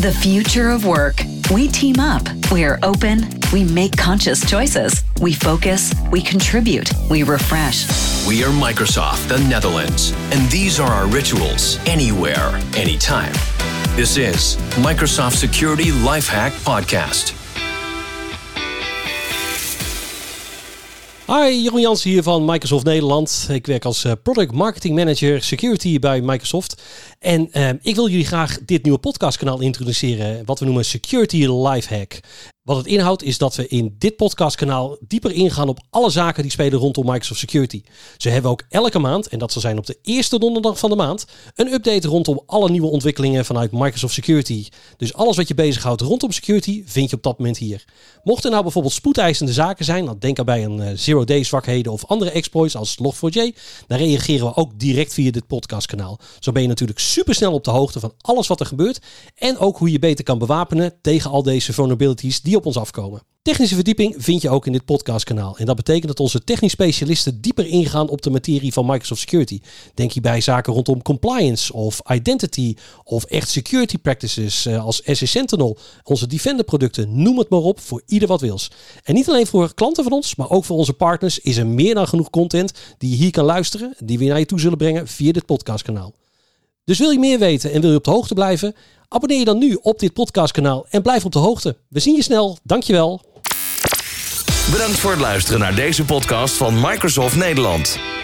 The future of work. We team up. We are open. We make conscious choices. We focus. We contribute. We refresh. We are Microsoft, the Netherlands, and these are our rituals, anywhere, anytime. This is Microsoft Security Lifehack Podcast. Hi, Jeroen Jansen hier van Microsoft Nederland. Ik werk als Product Marketing Manager Security bij Microsoft. En ik wil jullie graag dit nieuwe podcastkanaal introduceren, wat we noemen Security Lifehack. Wat het inhoudt is dat we in dit podcastkanaal dieper ingaan op alle zaken die spelen rondom Microsoft Security. Zo hebben we ook elke maand, en dat zal zijn op de eerste donderdag van de maand, een update rondom alle nieuwe ontwikkelingen vanuit Microsoft Security. Dus alles wat je bezighoudt rondom security vind je op dat moment hier. Mocht er nou bijvoorbeeld spoedeisende zaken zijn, dan denk daarbij aan zero-day zwakheden of andere exploits als Log4j, dan reageren we ook direct via dit podcastkanaal. Zo ben je natuurlijk supersnel op de hoogte van alles wat er gebeurt en ook hoe je beter kan bewapenen tegen al deze vulnerabilities die op ons afkomen. Technische verdieping vind je ook in dit podcastkanaal. En dat betekent dat onze technisch specialisten dieper ingaan op de materie van Microsoft Security. Denk hierbij zaken rondom compliance of identity of echt security practices als SS Sentinel, onze Defender producten, noem het maar op, voor ieder wat wils. En niet alleen voor klanten van ons, maar ook voor onze partners is er meer dan genoeg content die je hier kan luisteren, die we naar je toe zullen brengen via dit podcastkanaal. Dus wil je meer weten en wil je op de hoogte blijven? Abonneer je dan nu op dit podcastkanaal en blijf op de hoogte. We zien je snel. Dankjewel. Bedankt voor het luisteren naar deze podcast van Microsoft Nederland.